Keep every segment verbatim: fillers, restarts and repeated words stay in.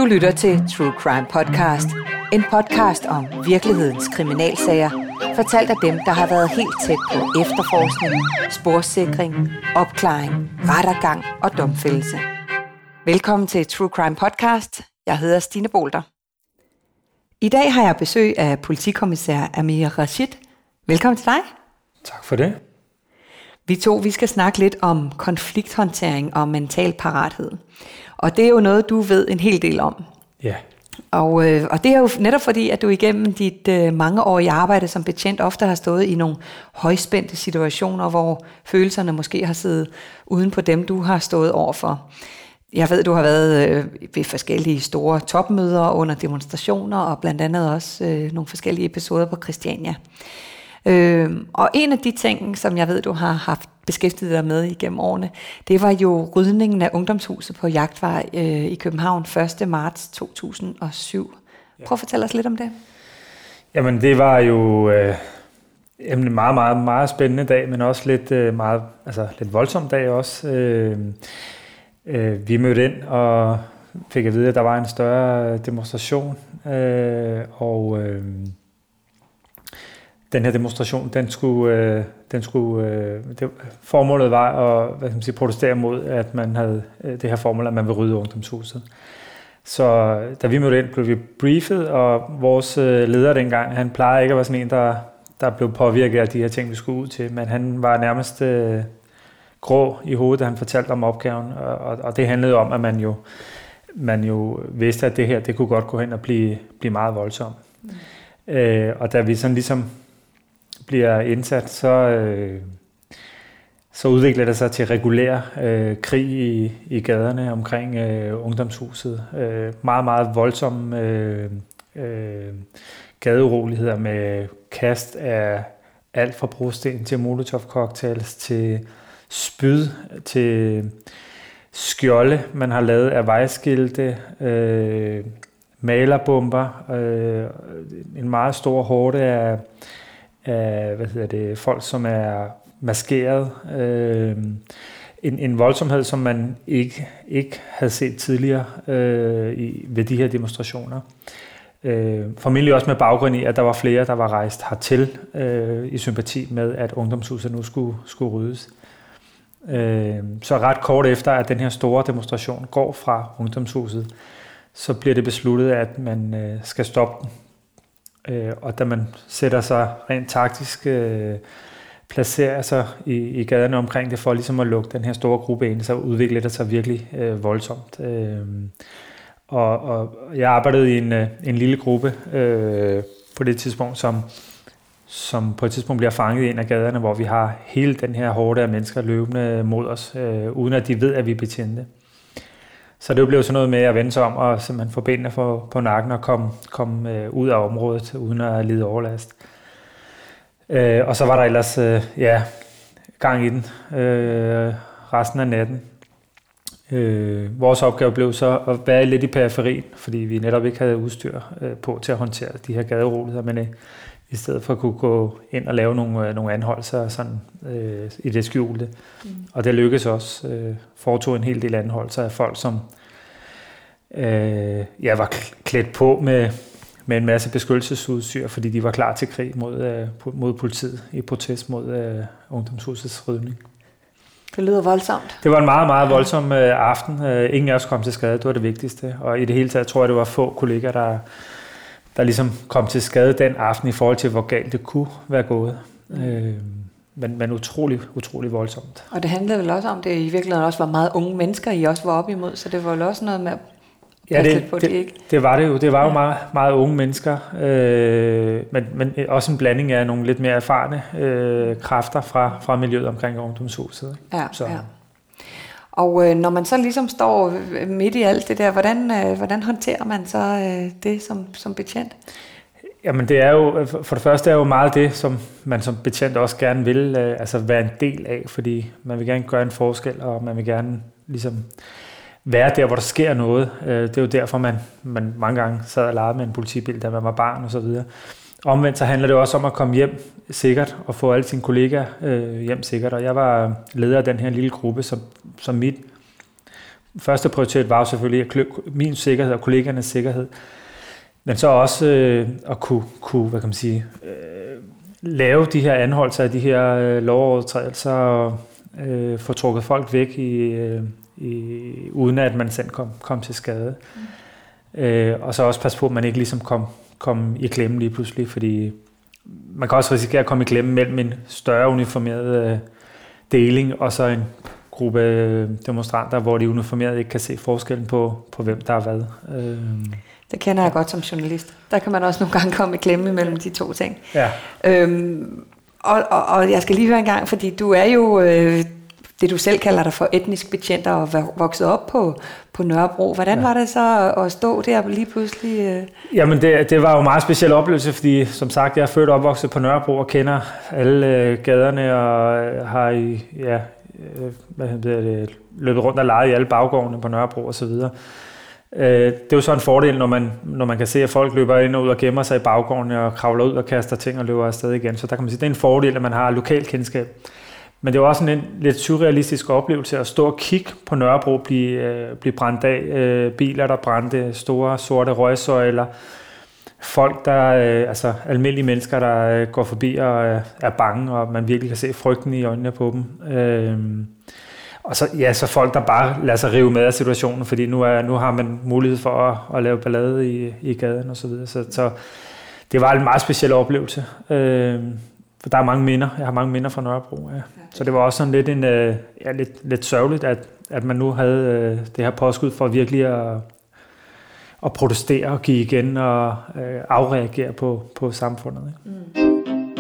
lytter til True Crime Podcast, en podcast om virkelighedens kriminalsager, fortalt af dem, der har været helt tæt på efterforskning, sporsikring, opklaring, rettergang og domfældelse. Velkommen til True Crime Podcast. Jeg hedder Stine Bolter. I dag har jeg besøg af politikommissær Amir Rashid. Velkommen til dig. Tak for det. Vi to vi skal snakke lidt om konflikthåndtering og mental parathed. Og det er jo noget, du ved en hel del om. Ja. Og, øh, og det er jo netop fordi, at du igennem dit øh, mangeårige arbejde som betjent ofte har stået i nogle højspændte situationer, hvor følelserne måske har siddet uden på dem, du har stået overfor. Jeg ved, du har været øh, ved forskellige store topmøder under demonstrationer, og blandt andet også øh, nogle forskellige episoder på Christiania. Øh, og en af de ting, som jeg ved, du har haft beskæftiget dig med igennem årene, det var jo rydningen af ungdomshuset på Jagtvej øh, i København første marts to tusind og syv. Prøv at fortælle os lidt om det. Jamen det var jo øh, en meget, meget, meget spændende dag, men også lidt, øh, meget, altså, lidt voldsom dag også. Øh, øh, vi mødte ind og fik at vide, at der var en større demonstration, øh, og øh, den her demonstration, den skulle, øh, den skulle øh, det, formålet var at hvad kan man sige, protestere mod, at man havde øh, det her formål, at man vil rydde ungdomshuset. Så da vi mødte ind, blev vi briefet, og vores øh, leder dengang, han plejede ikke at være sådan en, der, der blev påvirket af de her ting, vi skulle ud til, men han var nærmest øh, grå i hovedet, da han fortalte om opgaven, og, og, og det handlede om, at man jo, man jo vidste, at det her, det kunne godt gå hen og blive, blive meget voldsomt. Mm. Øh, og da vi sådan ligesom bliver indsat, så, øh, så udvikler det sig til regulær øh, krig i, i gaderne omkring øh, ungdomshuset. Øh, meget, meget voldsomme øh, øh, gadeuroligheder med kast af alt fra brosten til molotov-cocktails, til spyd, til skjolde, man har lavet af vejskilte, øh, malerbomber, øh, en meget stor horde af af, hvad hedder det, folk, som er maskeret. Øh, en, en voldsomhed, som man ikke, ikke havde set tidligere øh, i, ved de her demonstrationer. Øh, formentlig også med baggrund i, at der var flere, der var rejst hertil øh, i sympati med, at ungdomshuset nu skulle, skulle ryddes. Øh, så ret kort efter, at den her store demonstration går fra ungdomshuset, så bliver det besluttet, at man øh, skal stoppe den. Og da man sætter sig rent taktisk, øh, placerer sig i, i gaderne omkring det, for ligesom at lukke den her store gruppe ind, så udvikler det sig virkelig øh, voldsomt. Øh, og, og jeg arbejdede i en, en lille gruppe øh, på det tidspunkt, som, som på et tidspunkt bliver fanget i en af gaderne, hvor vi har hele den her horde af mennesker løbende mod os, øh, uden at de ved, at vi er betjente. Så det blev sådan noget med at vende sig om og simpelthen få benene på, på nakken og komme, komme øh, ud af området uden at lide overlast. Øh, og så var der ellers øh, ja, gang i den øh, resten af natten. Øh, vores opgave blev så at være lidt i periferien, fordi vi netop ikke havde udstyr øh, på til at håndtere de her gaderoligheder, men øh, i stedet for at kunne gå ind og lave nogle, øh, nogle anholdelser sådan, øh, i det skjulte. Mm. Og det lykkedes også. Øh, foretog en hel del anholdelser af folk, som øh, ja, var klædt på med, med en masse beskyttelsesudstyr, fordi de var klar til krig mod, øh, mod politiet i protest mod øh, ungdomshusets rydning. Det lyder voldsomt. Det var en meget, meget voldsom øh, aften. Øh, ingen af os kom til skade, det var det vigtigste. Og i det hele taget tror jeg, det var få kolleger, der der ligesom kom til skade den aften i forhold til, hvor galt det kunne være gået. Mm. Øh, men, men utrolig, utrolig voldsomt. Og det handlede vel også om, det i virkeligheden også var meget unge mennesker, I også var op imod, så det var vel også noget med at passe ja, det, lidt på det, det, ikke? det var det jo. Det var jo meget, meget unge mennesker, øh, men, men også en blanding af nogle lidt mere erfarne øh, kræfter fra, fra miljøet omkring ungdomshuset. Ja, så. ja. Og øh, når man så ligesom står midt i alt det der, hvordan, øh, hvordan håndterer man så øh, det som, som betjent? Jamen det er jo, for det første er jo meget det, som man som betjent også gerne vil øh, altså være en del af, fordi man vil gerne gøre en forskel, og man vil gerne ligesom være der, hvor der sker noget. Øh, det er jo derfor, man, man mange gange sad og legede med en politibil, da man var barn og så videre. Omvendt så handler det også om at komme hjem sikkert og få alle sine kollegaer øh, hjem sikkert. Og jeg var leder af den her lille gruppe, som, som mit første prioritet var jo selvfølgelig min sikkerhed og kollegernes sikkerhed, men så også øh, at kunne, kunne, hvad kan man sige, øh, lave de her anholdelser af de her øh, lovovertrædelser og øh, få trukket folk væk i, øh, i, uden at man selv kom, kom til skade. Mm. Øh, og så også passe på, at man ikke ligesom kom, kom i klemme lige pludselig, fordi man kan også risikere at komme i klemme mellem en større uniformeret øh, deling og så en gruppe øh, demonstranter, hvor de uniformerede ikke kan se forskellen på, på hvem der er hvad. Øh. Det kender jeg godt som journalist. Der kan man også nogle gange komme i klemme mellem de to ting. Ja. Øhm, og, og, og jeg skal lige høre en gang, fordi du er jo øh, det, du selv kalder dig for etnisk betjent og vokset op på, på Nørrebro. Hvordan ja. var det så at stå der lige pludselig? Øh? Jamen det, det var jo en meget speciel oplevelse, fordi som sagt, jeg er født og opvokset på Nørrebro og kender alle øh, gaderne og har i, ja, øh, hvad hedder det, løbet rundt og leget i alle baggårdene på Nørrebro og så videre. Det er jo så en fordel, når man, når man kan se, at folk løber ind og ud og gemmer sig i baggården og kravler ud og kaster ting og løber afsted igen. Så der kan man sige, det er en fordel, at man har lokalkendskab. Men det er jo også en lidt surrealistisk oplevelse at stå og kigge på Nørrebro blive, blive brændt af. Biler, der brændte, store sorte røgsøjler. Folk, der altså almindelige mennesker, der går forbi og er bange, og man virkelig kan se frygten i øjnene på dem. Og så, ja, så folk, der bare lader sig rive med af situationen, fordi nu, er, nu har man mulighed for at, at lave ballade i, i gaden og så videre. Så, så det var en meget speciel oplevelse. Øh, for der er mange minder. Jeg har mange minder fra Nørrebro. Ja. Så det var også sådan lidt, en, øh, ja, lidt, lidt sørgeligt, at, at man nu havde øh, det her påskud for virkelig at, at protestere og give igen og øh, afreagere på, på samfundet. Ikke? Mm.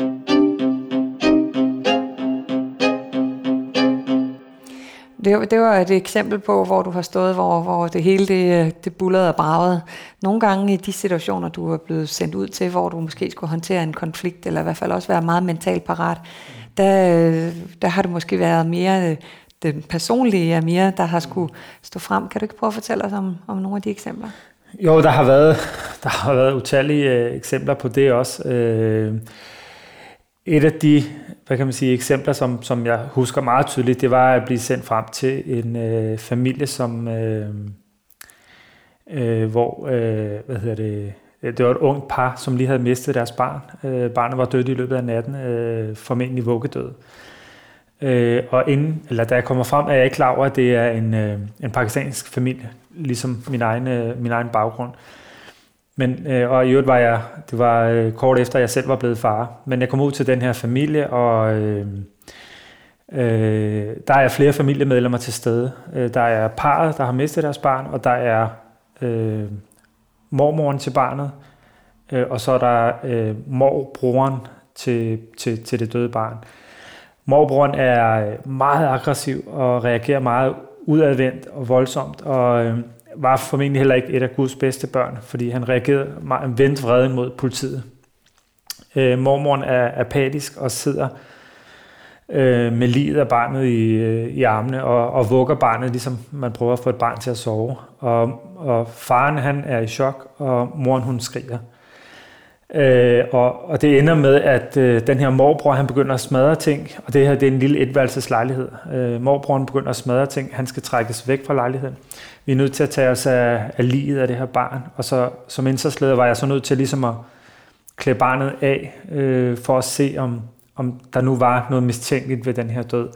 Det, det var et eksempel på, hvor du har stået, hvor, hvor det hele det, det bullerede og bragede. Nogle gange i de situationer, du er blevet sendt ud til, hvor du måske skulle håndtere en konflikt, eller i hvert fald også være meget mentalt parat, der, der har det måske været mere den personlige, mere der har skulle stå frem. Kan du ikke prøve at fortælle os om, om nogle af de eksempler? Jo, der har været, der har været utallige øh, eksempler på det også. Øh, et af de hvad kan man sige, eksempler, som, som jeg husker meget tydeligt, det var at blive sendt frem til en øh, familie, som, øh, øh, hvor, øh, hvad hedder det, det var et ungt par, som lige havde mistet deres barn. Øh, barnet var dødt i løbet af natten, øh, formentlig vuggedød. Øh, og inden, eller da jeg kommer frem, er jeg ikke klar over, at det er en, øh, en pakistansk familie, ligesom min egen, øh, min egen baggrund. Men, øh, og i øvrigt var jeg, det var øh, kort efter, jeg selv var blevet far. Men jeg kom ud til den her familie, og øh, øh, der er flere familiemedlemmer til stede. Øh, der er parret, der har mistet deres barn, og der er øh, mormoren til barnet, øh, og så er der øh, morbroren til, til, til det døde barn. Morbroren er meget aggressiv og reagerer meget udadvendt og voldsomt, og øh, var formentlig heller ikke et af Guds bedste børn, fordi han reagerede meget vendt vreden mod politiet. Øh, mormoren er apatisk og sidder øh, med liget af barnet i, øh, i armene og, og vugger barnet, ligesom man prøver at få et barn til at sove. Og, og faren han er i chok, og moren hun skriger. Øh, og, og det ender med, at øh, den her morbror, han begynder at smadre ting, og det her det er en lille etværelseslejlighed. Øh, morbroren begynder at smadre ting, han skal trækkes væk fra lejligheden. Vi er nødt til at tage os af, af liget af det her barn, og så som indsatsleder var jeg så nødt til ligesom at klæde barnet af, øh, for at se, om, om der nu var noget mistænkeligt ved den her død.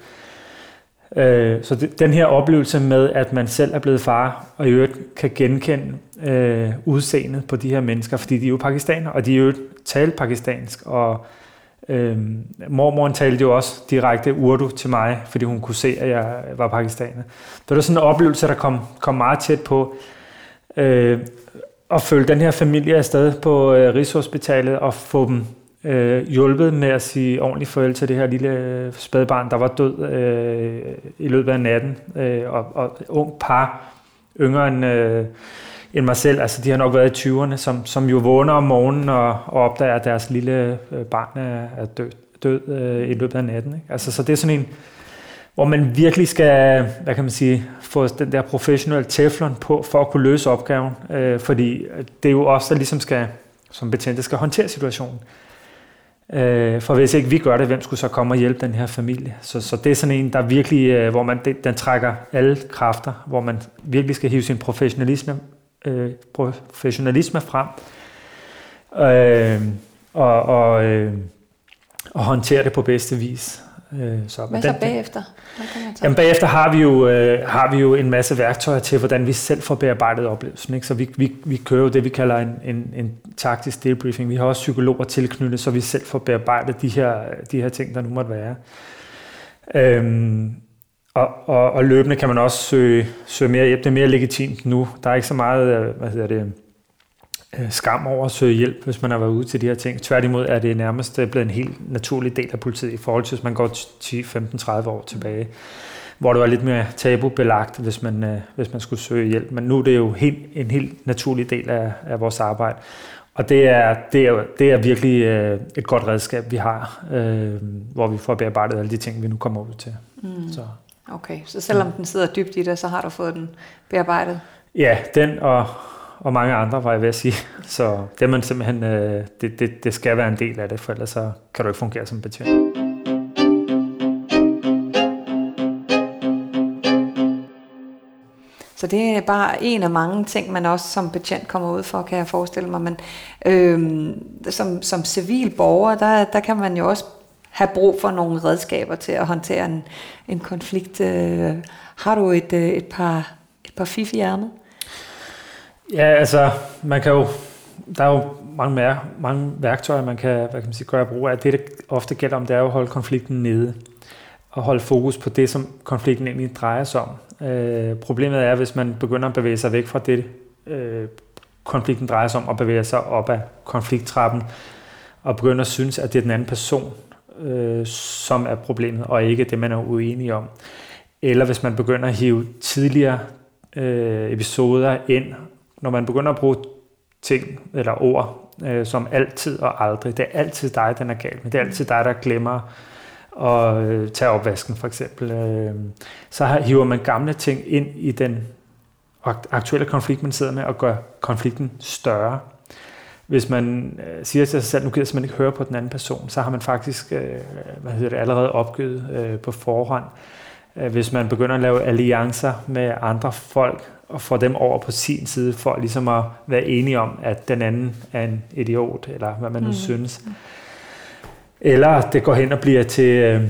Øh, så det, den her oplevelse med, at man selv er blevet far, og i øvrigt kan genkende øh, udseendet på de her mennesker, fordi de er jo pakistanere, og de er jo talt pakistansk, og øh, mormoren talte jo også direkte urdu til mig, fordi hun kunne se, at jeg var pakistaner. Det var sådan en oplevelse, der kom, kom meget tæt på øh, at følge den her familie afsted på øh, Rigshospitalet og få dem Øh, hjulpet med at sige ordentligt farvel til det her lille øh, spædbarn, der var død øh, i løbet af natten, øh, og, og ung par, yngre end, øh, end mig selv, altså de har nok været i tyverne, som, som jo vågner om morgenen og, og opdager, at deres lille øh, barn er, er død, død øh, i løbet af natten. Ikke? Altså, så det er sådan en, hvor man virkelig skal, hvad kan man sige, få den der professionelle teflon på, for at kunne løse opgaven, øh, fordi det er jo også der ligesom skal, som betjente, skal håndtere situationen. Øh, for hvis ikke vi gør det, hvem skulle så komme og hjælpe den her familie? Så, så det er sådan en, der virkelig, øh, hvor man det, den trækker alle kræfter, hvor man virkelig skal hive sin professionalisme, øh, professionalisme frem, øh, og, og, øh, og håndtere det på bedste vis. Så, Hvad så den, bagefter? Hvad kan man tage? Jamen, bagefter har vi, jo, øh, har vi jo en masse værktøjer til, hvordan vi selv får bearbejdet oplevelsen. Ikke? Så vi, vi, vi kører jo det, vi kalder en, en, en taktisk debriefing. Vi har også psykologer tilknyttet, så vi selv får bearbejdet de her, de her ting, der nu måtte være. Øhm, og, og, og løbende kan man også søge, søge mere hjælp. Det er mere legitimt nu. Der er ikke så meget, hvad hedder det, skam over at søge hjælp, hvis man har været ude til de her ting. Tværtimod er det nærmest blevet en helt naturlig del af politiet i forhold til, hvis man går ti, femten, tredive år tilbage, hvor det var lidt mere tabubelagt, hvis man, hvis man skulle søge hjælp. Men nu er det jo helt, en helt naturlig del af, af vores arbejde. Og det er, det er, det er virkelig et godt redskab, vi har, øh, hvor vi får bearbejdet alle de ting, vi nu kommer ud til. Mm. Så. Okay, så selvom ja. den sidder dybt i dig, så har du fået den bearbejdet? Ja, den og... og mange andre, var jeg ved at sige. Så det, man simpelthen, øh, det, det, det skal være en del af det, for ellers så kan du ikke fungere som betjent. Så det er bare en af mange ting, man også som betjent kommer ud for, kan jeg forestille mig. Men øh, som, som civil borger, der, der kan man jo også have brug for nogle redskaber til at håndtere en, en konflikt. Øh, har du et, et par, et par fif i ærmet? Ja, altså, man kan jo, der er jo mange, mere, mange værktøjer, man kan, hvad kan man sige, gøre brug af. Det, det ofte gælder om, det er jo at holde konflikten nede, og holde fokus på det, som konflikten egentlig drejer sig om. Øh, problemet er, hvis man begynder at bevæge sig væk fra det, øh, konflikten drejer sig om, og bevæger sig op ad konflikttrappen, og begynder at synes, at det er den anden person, øh, som er problemet, og ikke det, man er uenig om. Eller hvis man begynder at hive tidligere øh, episoder ind, når man begynder at bruge ting eller ord øh, som altid og aldrig. Det er altid dig, den er galt med. Det er altid dig, der glemmer at øh, tage opvasken, for eksempel. Øh, så hiver man gamle ting ind i den aktuelle konflikt, man sidder med, og gør konflikten større. Hvis man øh, siger til sig selv, nu gider jeg simpelthen ikke høre på den anden person, så har man faktisk øh, hvad hedder det, allerede opgivet øh, på forhånd. Hvis man begynder at lave alliancer med andre folk, og få dem over på sin side, for ligesom at være enige om, at den anden er en idiot, eller hvad man nu mm. synes. Eller det går hen og bliver til øh,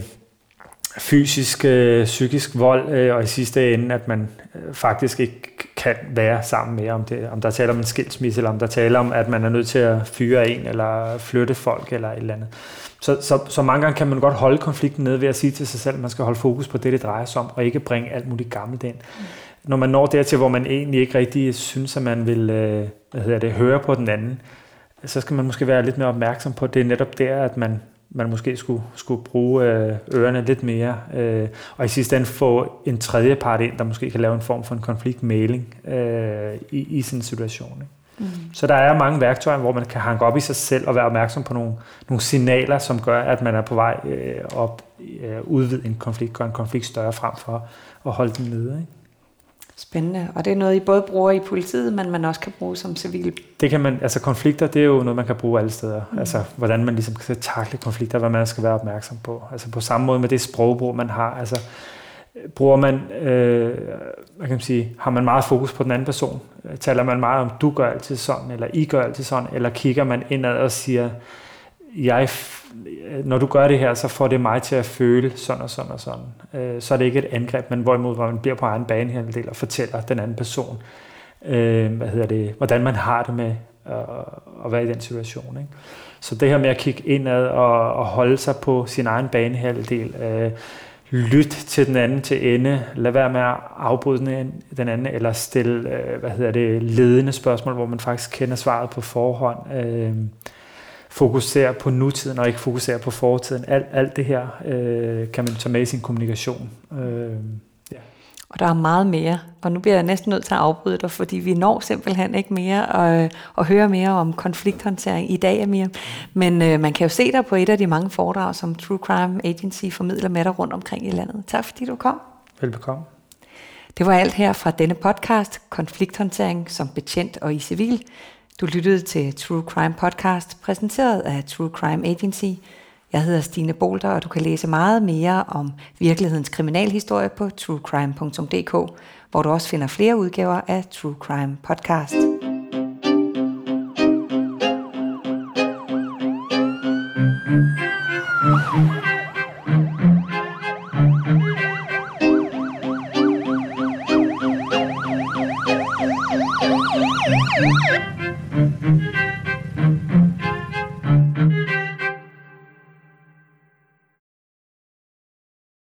fysisk, øh, psykisk vold, øh, og i sidste ende, at man øh, faktisk ikke kan være sammen mere, om, det, om der taler om en skilsmisse, eller om der taler om, at man er nødt til at fyre en, eller flytte folk, eller et eller andet. Så, så, så mange gange kan man godt holde konflikten nede ved at sige til sig selv, at man skal holde fokus på det, det drejer sig om, og ikke bringe alt muligt gammelt ind. Mm. Når man når dertil, hvor man egentlig ikke rigtig synes, at man vil øh, hvad hedder det, høre på den anden, så skal man måske være lidt mere opmærksom på, at det er netop der, at man, man måske skulle, skulle bruge øh, ørerne lidt mere, øh, og i sidste ende få en tredje part ind, der måske kan lave en form for en konfliktmægling øh, i, i sådan en situation. Ikke? Mm. Så der er mange værktøjer, hvor man kan hanke op i sig selv og være opmærksom på nogle, nogle signaler, som gør, at man er på vej øh, op, øh, udvide en konflikt, gør en konflikt større frem for at holde den nede. Ikke? Spændende. Og det er noget, I både bruger i politiet, men man også kan bruge som civil? Det kan man, altså konflikter, det er jo noget, man kan bruge alle steder. Mm. Altså, hvordan man ligesom kan takle konflikter, hvad man skal være opmærksom på. Altså på samme måde med det sprogbrug, man har. Altså, bruger man, øh, hvad kan man sige, har man meget fokus på den anden person? Taler man meget om, du gør altid sådan, eller I gør altid sådan, eller kigger man indad og siger, jeg, når du gør det her, så får det mig til at føle sådan og sådan og sådan. Øh, så er det ikke et angreb, men hvorimod, hvor man bliver på egen bane her en del og fortæller den anden person, øh, hvad hedder det, hvordan man har det med at, at være i den situation. Ikke? Så det her med at kigge indad og, og holde sig på sin egen bane her en del, øh, lyt til den anden til ende, lad være med at afbryde den anden, eller stille, øh, hvad hedder det, ledende spørgsmål, hvor man faktisk kender svaret på forhånd. Øh, fokusere på nutiden og ikke fokusere på fortiden. Alt, alt det her øh, kan man tage med i sin kommunikation. Øh, ja. Og der er meget mere, og nu bliver jeg næsten nødt til at afbryde dig, fordi vi når simpelthen ikke mere og, og høre mere om konflikthåndtering i dag, Amir. Men øh, man kan jo se dig på et af de mange foredrag, som True Crime Agency formidler med dig rundt omkring i landet. Tak fordi du kom. Velbekomme. Det var alt her fra denne podcast, Konflikthåndtering som betjent og i civil. Du lyttede til True Crime Podcast, præsenteret af True Crime Agency. Jeg hedder Stine Bolter, og du kan læse meget mere om virkelighedens kriminalhistorie på true crime punktum d k, hvor du også finder flere udgaver af True Crime Podcast. Thank you.